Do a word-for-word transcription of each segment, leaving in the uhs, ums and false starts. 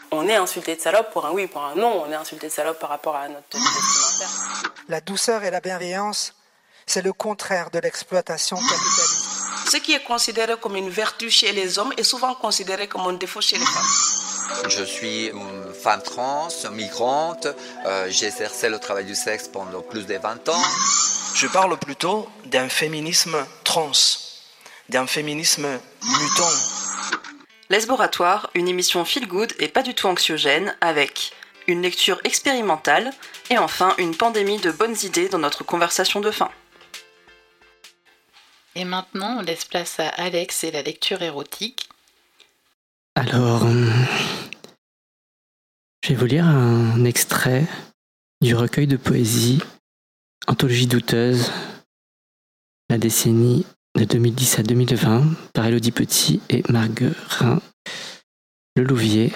on est insulté de salope pour un oui, pour un non, on est insulté de salope par rapport à notre tenue vestimentaire. La douceur et la bienveillance, c'est le contraire de l'exploitation capitaliste. Ce qui est considéré comme une vertu chez les hommes est souvent considéré comme un défaut chez les femmes. Je suis une femme trans, migrante, euh, j'ai exercé le travail du sexe pendant plus de vingt ans. Je parle plutôt d'un féminisme trans, d'un féminisme mutant. Lesboratoire, une émission feel-good et pas du tout anxiogène, avec une lecture expérimentale et enfin une pandémie de bonnes idées dans notre conversation de fin. Et maintenant, on laisse place à Alex et la lecture érotique. Alors, euh, je vais vous lire un extrait du recueil de poésie Anthologie douteuse, la décennie de deux mille dix à deux mille vingt, par Élodie Petit et Marguerin Lelouvier.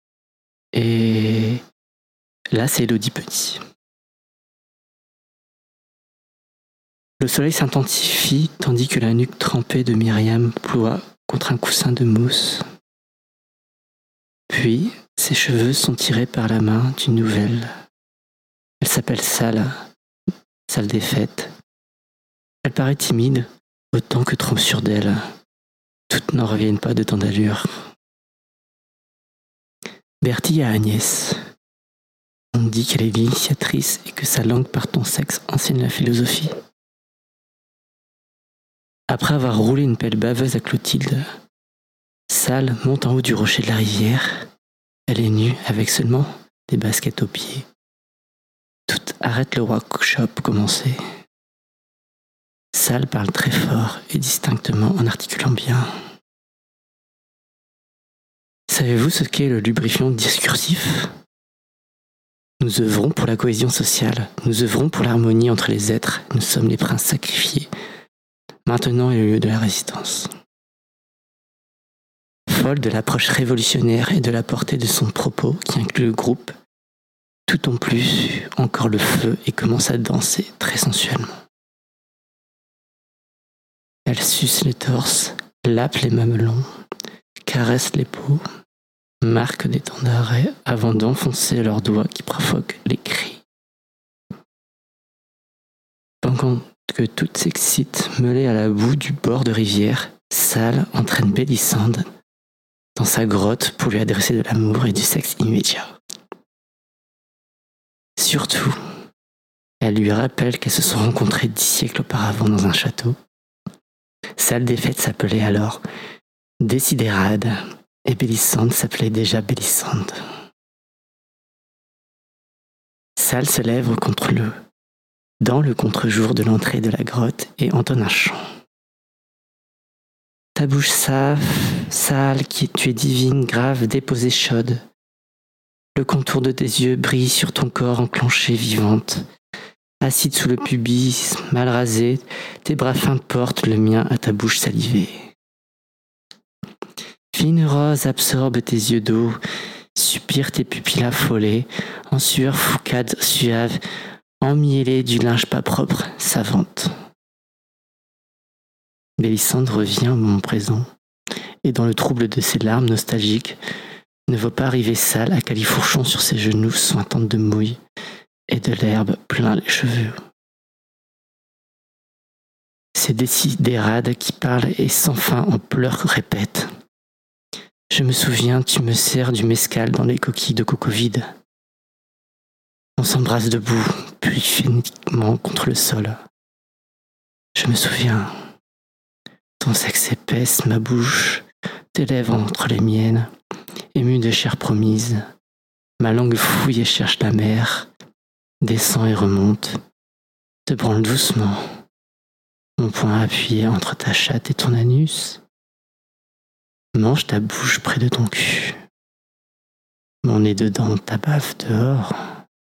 Et là, c'est Élodie Petit. Le soleil s'intensifie tandis que la nuque trempée de Myriam ploie contre un coussin de mousse. Puis, ses cheveux sont tirés par la main d'une nouvelle. Elle s'appelle Salle, salle des fêtes. Elle paraît timide, autant que trop sûre d'elle. Toutes n'en reviennent pas de tant d'allure. Bertie à Agnès. On dit qu'elle est l'initiatrice et que sa langue par ton sexe enseigne la philosophie. Après avoir roulé une pelle baveuse à Clotilde, Salle monte en haut du rocher de la rivière. Elle est nue avec seulement des baskets aux pieds. Tout arrête le workshop commencé. Salle parle très fort et distinctement en articulant bien. Savez-vous ce qu'est le lubrifiant discursif ? Nous œuvrons pour la cohésion sociale, nous œuvrons pour l'harmonie entre les êtres, nous sommes les princes sacrifiés. Maintenant est le lieu de la résistance. Folle de l'approche révolutionnaire et de la portée de son propos qui inclut le groupe, tout en plus encore le feu et commence à danser très sensuellement. Elle suce les torses, lappe les mamelons, caresse les peaux, marque des temps d'arrêt avant d'enfoncer leurs doigts qui provoquent les cris. Pendant que tout s'excite, mêlée à la boue du bord de rivière, Salle entraîne Bélissande dans sa grotte pour lui adresser de l'amour et du sexe immédiat. Surtout, elle lui rappelle qu'elles se sont rencontrées dix siècles auparavant dans un château. Salle des fêtes s'appelait alors Décidérade et Bélissande s'appelait déjà Bélissande. Salle se lève contre le, dans le contre-jour de l'entrée de la grotte et entonne un chant. Ta bouche save, sale, qui tu es divine, grave, déposée chaude. Le contour de tes yeux brille sur ton corps enclenché vivante. Assise sous le pubis, mal rasé, tes bras fins portent le mien à ta bouche salivée. Fine rose absorbe tes yeux d'eau, suppire tes pupilles affolées, en sueur foucade suave, emmêlée du linge pas propre, savante. Bélissande revient au moment présent, et dans le trouble de ses larmes nostalgiques, ne voit pas arriver Salle à califourchon sur ses genoux sointantes de mouille et de l'herbe plein les cheveux. C'est Décidérade qui parle et sans fin en pleurs répète. Je me souviens, tu me sers du mescal dans les coquilles de coco vides. On s'embrasse debout, puis phéniquement contre le sol. Je me souviens, ton sexe épaisse, ma bouche, tes lèvres entre les miennes, émue de chair promise. Ma langue fouille et cherche la mer, descend et remonte, te branle doucement, mon poing appuyé entre ta chatte et ton anus. Mange ta bouche près de ton cul, mon nez dedans, ta baffe dehors.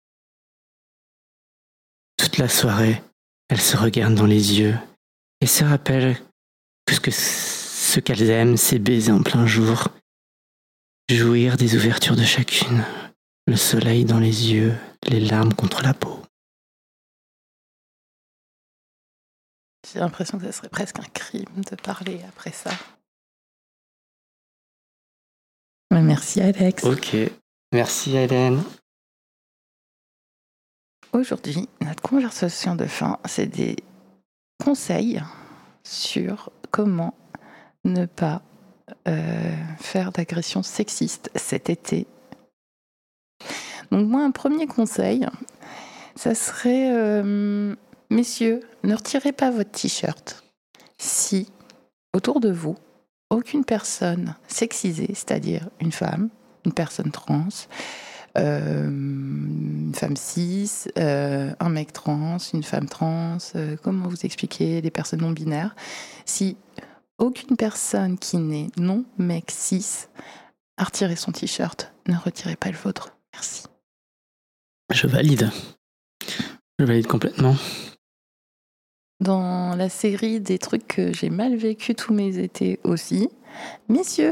Toute la soirée, elle se regarde dans les yeux et se rappelle que ce, que ce qu'elles aiment, c'est baiser en plein jour, jouir des ouvertures de chacune, le soleil dans les yeux, les larmes contre la peau. J'ai l'impression que ce serait presque un crime de parler après ça. Merci Alex. Ok. Merci Hélène. Aujourd'hui, notre conversation de fin, c'est des conseils sur comment ne pas euh, faire d'agression sexiste cet été. Donc moi, un premier conseil, ça serait, euh, messieurs, ne retirez pas votre t-shirt si, autour de vous, aucune personne sexisée, c'est-à-dire une femme, une personne trans, euh, une femme cis, euh, un mec trans, une femme trans, euh, comment vous expliquer, des personnes non binaires, si aucune personne qui n'est non mec cis a retiré son t-shirt, ne retirez pas le vôtre. Merci. Je valide. Je valide complètement. Dans la série des trucs que j'ai mal vécu tous mes étés aussi, messieurs,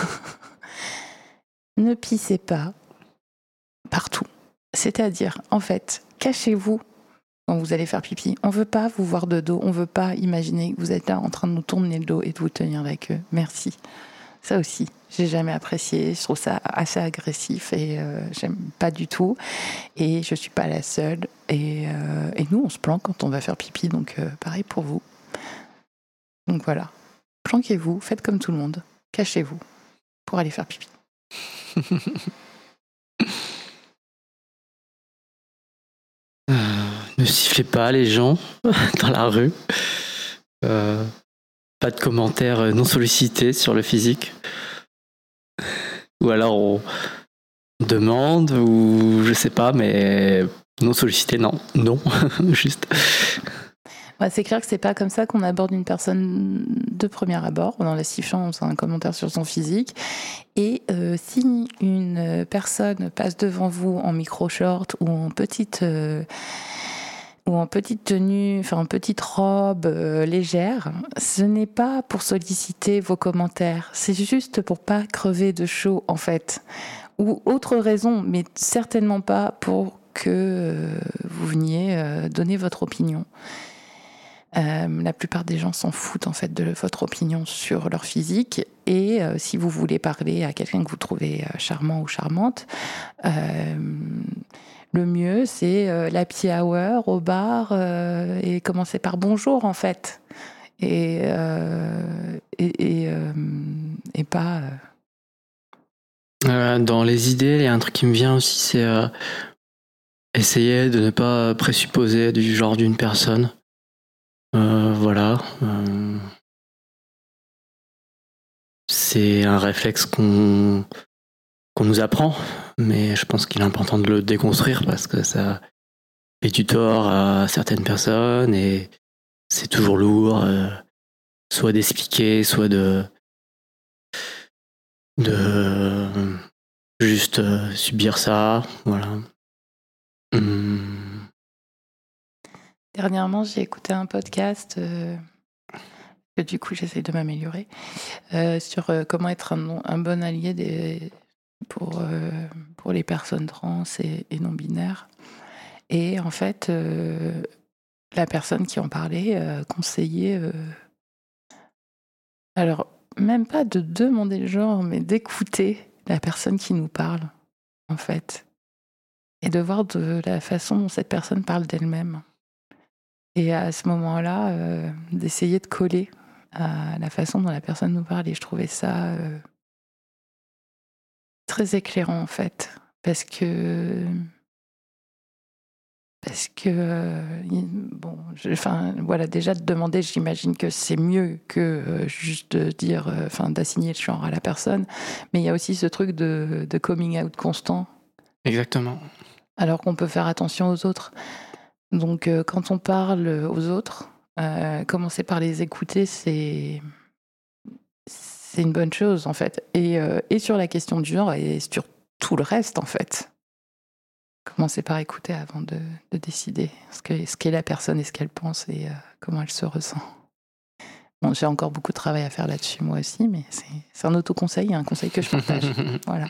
ne pissez pas partout. C'est-à-dire, en fait, cachez-vous quand vous allez faire pipi. On ne veut pas vous voir de dos, on ne veut pas imaginer que vous êtes là en train de nous tourner le dos et de vous tenir la queue. Merci. Ça aussi, j'ai jamais apprécié. Je trouve ça assez agressif et euh, j'aime pas du tout. Et je suis pas la seule. Et, euh, et nous, on se planque quand on va faire pipi, donc euh, pareil pour vous. Donc voilà, planquez-vous, faites comme tout le monde, cachez-vous pour aller faire pipi. euh, ne sifflez pas les gens dans la rue. Euh... Pas de commentaires non sollicités sur le physique. Ou alors on demande, ou je sais pas, mais non sollicité, non. Non, juste. Ouais, c'est clair que c'est pas comme ça qu'on aborde une personne de premier abord. En la sifflant, on fait un commentaire sur son physique. Et euh, si une personne passe devant vous en micro-short ou en petite... Euh, ou en petite tenue, enfin en petite robe euh, légère, ce n'est pas pour solliciter vos commentaires, c'est juste pour pas crever de chaud en fait, ou autre raison, mais certainement pas pour que euh, vous veniez euh, donner votre opinion. Euh, la plupart des gens s'en foutent en fait de votre opinion sur leur physique, et euh, si vous voulez parler à quelqu'un que vous trouvez euh, charmant ou charmante, euh, le mieux, c'est euh, l'happy hour au bar euh, et commencer par bonjour, en fait. Et, euh, et, et, euh, et pas... Euh... Euh, dans les idées, il y a un truc qui me vient aussi, c'est euh, essayer de ne pas présupposer du genre d'une personne. Euh, voilà. Euh, c'est un réflexe qu'on... qu'on nous apprend, mais je pense qu'il est important de le déconstruire parce que ça fait du tort à certaines personnes et c'est toujours lourd, euh, soit d'expliquer, soit de de juste euh, subir ça, voilà. Hum. Dernièrement, j'ai écouté un podcast euh, que du coup j'essaie de m'améliorer euh, sur euh, comment être un, un bon allié des Pour, euh, pour les personnes trans et, et non-binaires. Et en fait, euh, la personne qui en parlait euh, conseillait, euh, alors même pas de demander le genre, mais d'écouter la personne qui nous parle, en fait. Et de voir de la façon dont cette personne parle d'elle-même. Et à ce moment-là, euh, d'essayer de coller à la façon dont la personne nous parle. Et je trouvais ça... Euh, très éclairant en fait, parce que parce que euh, bon, je, enfin voilà, déjà de demander, j'imagine que c'est mieux que euh, juste de dire, enfin euh, d'assigner le genre à la personne, mais il y a aussi ce truc de, de coming out constant. Exactement. Alors qu'on peut faire attention aux autres. Donc euh, quand on parle aux autres, euh, commencer par les écouter, c'est c'est une bonne chose, en fait. Et, euh, et sur la question du genre, et sur tout le reste, en fait. Commencez par écouter avant de, de décider ce, que, ce qu'est la personne et ce qu'elle pense et euh, comment elle se ressent. Bon, j'ai encore beaucoup de travail à faire là-dessus, moi aussi, mais c'est, c'est un autoconseil, un conseil que je partage. Voilà.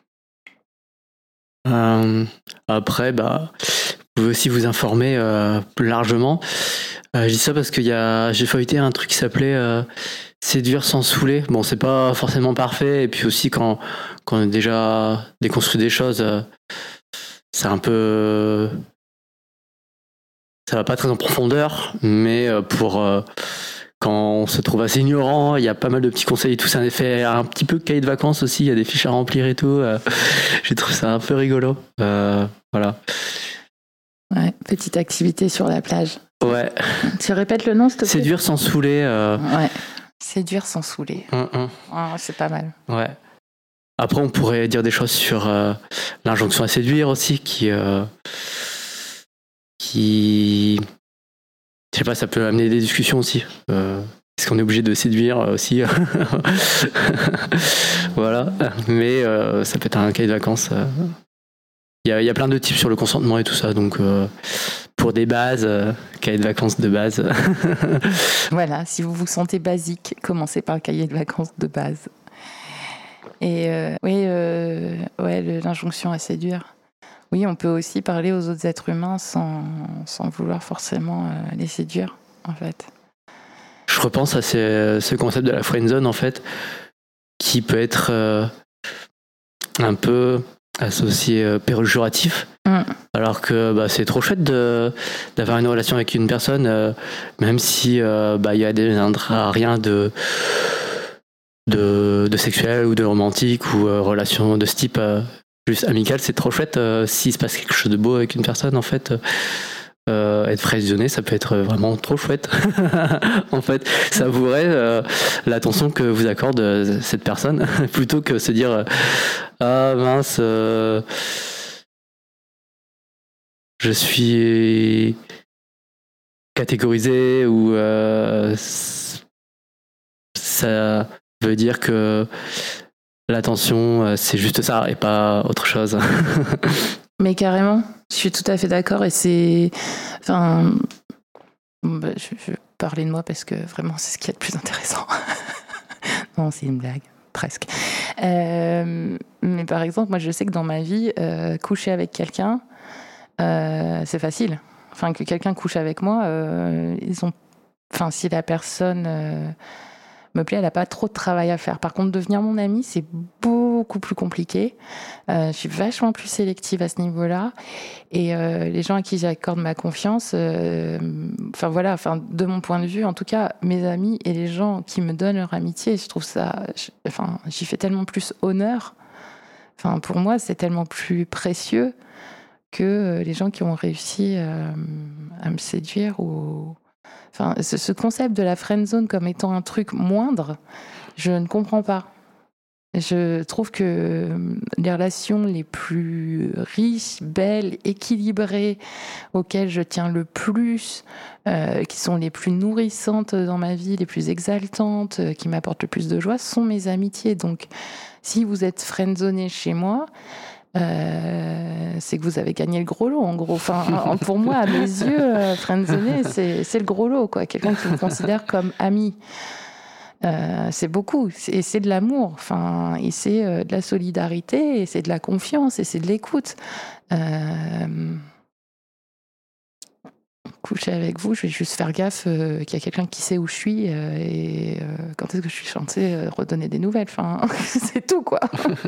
Euh, après, bah, vous pouvez aussi vous informer euh, plus largement. Euh, je dis ça parce que y a, j'ai feuilleté un truc qui s'appelait... Euh, séduire sans saouler, bon, c'est pas forcément parfait. Et puis aussi, quand, quand on a déjà déconstruit des choses, euh, c'est un peu. Ça va pas très en profondeur, mais euh, pour. Euh, quand on se trouve assez ignorant, il y a pas mal de petits conseils et tout. Ça fait un petit peu cahier de vacances aussi. Il y a des fiches à remplir et tout. Euh, j'ai trouvé ça un peu rigolo. Euh, voilà. Ouais, petite activité sur la plage. Ouais. Tu répètes le nom, s'il te plaît ? Séduire sans saouler. Euh... Ouais. Séduire sans saouler. Hum, hum. Oh, c'est pas mal. Ouais. Après, on pourrait dire des choses sur euh, l'injonction à séduire aussi, qui, euh, qui, je sais pas, ça peut amener des discussions aussi. Euh, est-ce qu'on est obligé de séduire aussi ? Voilà. Mais euh, ça peut être un cahier de vacances. Il euh. y, a, y a plein de types sur le consentement et tout ça, donc. Euh, Pour des bases, euh, cahier de vacances de base. Voilà, si vous vous sentez basique, commencez par le cahier de vacances de base. Et euh, oui, euh, ouais, le, l'injonction à séduire. Oui, on peut aussi parler aux autres êtres humains sans, sans vouloir forcément euh, les séduire, en fait. Je repense à ces, ce concept de la friend zone, en fait, qui peut être euh, un peu associé euh, péjoratif. Mm. Alors que bah, c'est trop chouette de, d'avoir une relation avec une personne, euh, même si euh, bah, y a des, rien de, de, de sexuel ou de romantique ou euh, relation de ce type euh, plus amical. C'est trop chouette euh, s'il se passe quelque chose de beau avec une personne. En fait, euh, être friendzoné, ça peut être vraiment trop chouette. En fait, savourer euh, l'attention que vous accorde euh, cette personne plutôt que se dire euh, ah mince. Euh, Je suis catégorisé ou euh, ça veut dire que l'attention, c'est juste ça et pas autre chose. Mais carrément, je suis tout à fait d'accord et c'est... Enfin, bah, je, je vais parler de moi parce que vraiment, c'est ce qui est le plus intéressant. Non, c'est une blague. Presque. Euh, mais par exemple, moi, je sais que dans ma vie, euh, coucher avec quelqu'un, Euh, c'est facile. Enfin, que quelqu'un couche avec moi, euh, ils ont... enfin, si la personne euh, me plaît, elle n'a pas trop de travail à faire. Par contre, devenir mon amie, c'est beaucoup plus compliqué. Euh, je suis vachement plus sélective à ce niveau-là. Et euh, les gens à qui j'accorde ma confiance, euh, enfin voilà, enfin, de mon point de vue, en tout cas, mes amis et les gens qui me donnent leur amitié, je trouve ça... Je, enfin, j'y fais tellement plus honneur. Enfin, pour moi, c'est tellement plus précieux que les gens qui ont réussi euh, à me séduire. Ou... Enfin, ce, ce concept de la friend zone comme étant un truc moindre, je ne comprends pas. Je trouve que les relations les plus riches, belles, équilibrées, auxquelles je tiens le plus, euh, qui sont les plus nourrissantes dans ma vie, les plus exaltantes, euh, qui m'apportent le plus de joie, sont mes amitiés. Donc, si vous êtes friendzoné chez moi, Euh, c'est que vous avez gagné le gros lot, en gros. Enfin, pour moi, à mes yeux, euh, friendzoné, c'est, c'est le gros lot, quoi. Quelqu'un qui me considère comme ami. Euh, c'est beaucoup. Et c'est de l'amour. Enfin, et c'est euh, de la solidarité, et c'est de la confiance, et c'est de l'écoute. Euh... Coucher avec vous, je vais juste faire gaffe euh, qu'il y a quelqu'un qui sait où je suis euh, et euh, quand est-ce que je suis censée euh, redonner des nouvelles. Enfin, c'est tout, quoi.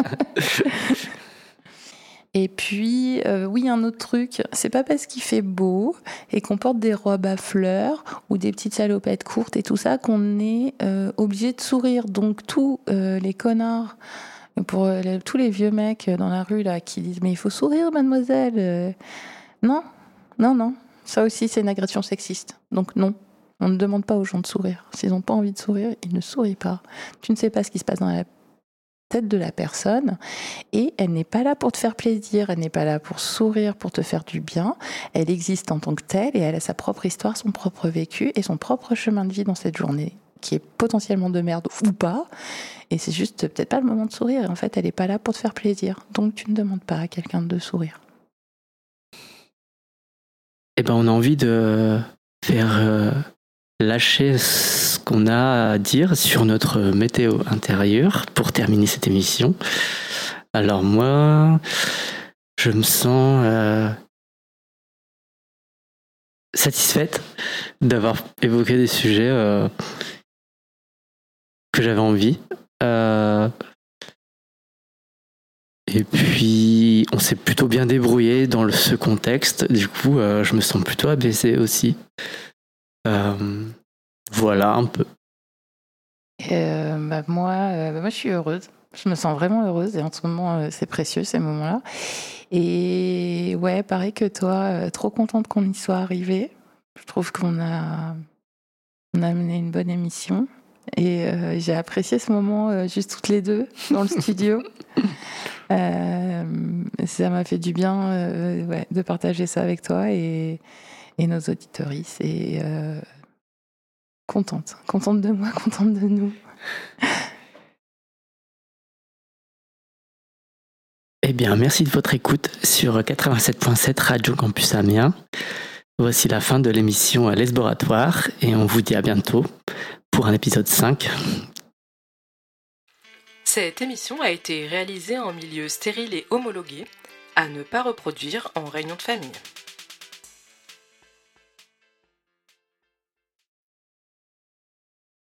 Et puis, euh, oui, un autre truc, c'est pas parce qu'il fait beau et qu'on porte des robes à fleurs ou des petites salopettes courtes et tout ça qu'on est euh, obligé de sourire. Donc, tous euh, les connards, pour euh, les, tous les vieux mecs dans la rue là qui disent « Mais il faut sourire, mademoiselle euh... !» Non, non, non. Ça aussi, c'est une agression sexiste. Donc, non. On ne demande pas aux gens de sourire. S'ils n'ont pas envie de sourire, ils ne sourient pas. Tu ne sais pas ce qui se passe dans la tête de la personne et elle n'est pas là pour te faire plaisir, elle n'est pas là pour sourire, pour te faire du bien. Elle existe en tant que telle et elle a sa propre histoire, son propre vécu et son propre chemin de vie dans cette journée qui est potentiellement de merde ou pas. Et c'est juste peut-être pas le moment de sourire. En fait, elle n'est pas là pour te faire plaisir. Donc, tu ne demandes pas à quelqu'un de sourire. Eh ben, on a envie de faire euh, lâcher ce qu'on a à dire sur notre météo intérieure pour terminer cette émission. Alors moi, je me sens euh, satisfaite d'avoir évoqué des sujets euh, que j'avais envie. Euh, et puis, on s'est plutôt bien débrouillé dans le, ce contexte. Du coup, euh, je me sens plutôt abaissé aussi. Euh, voilà, un peu. Euh, bah, moi, euh, bah, moi, je suis heureuse. Je me sens vraiment heureuse et en ce moment, euh, c'est précieux ces moments-là. Et ouais, pareil que toi, euh, trop contente qu'on y soit arrivé. Je trouve qu'on a, on a mené une bonne émission et euh, j'ai apprécié ce moment euh, juste toutes les deux dans le studio. euh, ça m'a fait du bien euh, ouais, de partager ça avec toi et, et nos auditorices. Et euh, contente, contente de moi, contente de nous. Eh bien, merci de votre écoute sur quatre-vingt-sept virgule sept Radio Campus Amiens. Voici la fin de l'émission Lesboratoire et on vous dit à bientôt pour un épisode cinq. Cette émission a été réalisée en milieu stérile et homologué, à ne pas reproduire en réunion de famille.